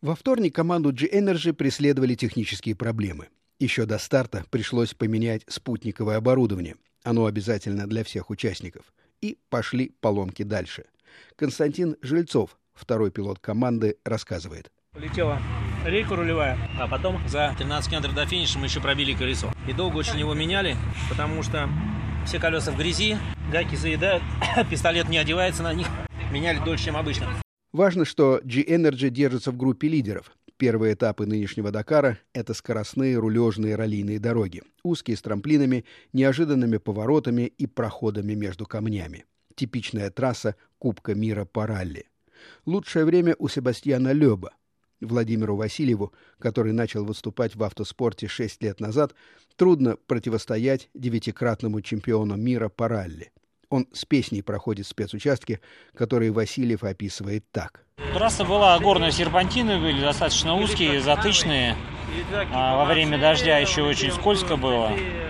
Во вторник команду G-Energy преследовали технические проблемы. Еще до старта пришлось поменять спутниковое оборудование. Оно обязательно для всех участников. И пошли поломки дальше. Константин Жильцов, второй пилот команды, рассказывает. Полетела рейка рулевая, а потом за 13 километров до финиша мы еще пробили колесо. И долго очень его меняли, потому что все колеса в грязи, гайки заедают, пистолет не одевается на них. Меняли дольше, чем обычно. Важно, что G-Energy держится в группе лидеров. Первые этапы нынешнего Дакара – это скоростные рулежные раллийные дороги, узкие с трамплинами, неожиданными поворотами и проходами между камнями. Типичная трасса Кубка мира по ралли. Лучшее время у Себастьяна Лёба. Владимиру Васильеву, который начал выступать в автоспорте 6 лет назад, трудно противостоять 9-кратному чемпиону мира по ралли. Он с песней проходит спецучастки, которые Васильев описывает так. Трасса была горная, серпантины были достаточно узкие, затычные. Во время дождя еще очень скользко было.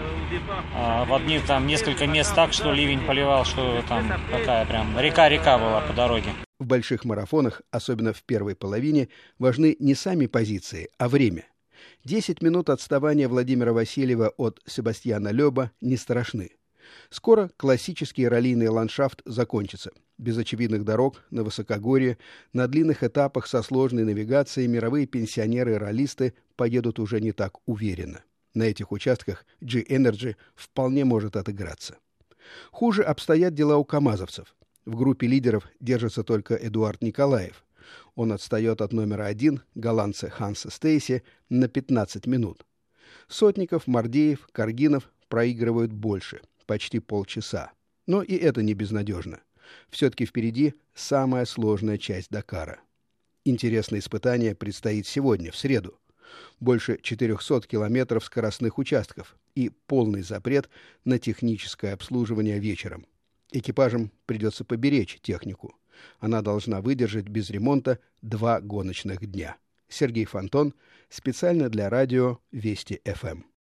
В одних там несколько мест так, что ливень поливал, что там такая прям река была по дороге. В больших марафонах, особенно в первой половине, важны не сами позиции, а время. 10 минут отставания Владимира Васильева от Себастьяна Лёба не страшны. Скоро классический раллийный ландшафт закончится. Без очевидных дорог, на высокогорье, на длинных этапах со сложной навигацией мировые пенсионеры-раллисты поедут уже не так уверенно. На этих участках G-Energy вполне может отыграться. Хуже обстоят дела у камазовцев. В группе лидеров держится только Эдуард Николаев. Он отстает от номера 1, голландца Ханса Стейси, на 15 минут. Сотников, Мардеев, Каргинов проигрывают больше, почти полчаса. Но и это не безнадежно. Все-таки впереди самая сложная часть Дакара. Интересное испытание предстоит сегодня, в среду. Больше 400 километров скоростных участков и полный запрет на техническое обслуживание вечером. Экипажам придется поберечь технику. Она должна выдержать без ремонта 2 гоночных дня. Сергей Фонтон, специально для радио Вести ФМ.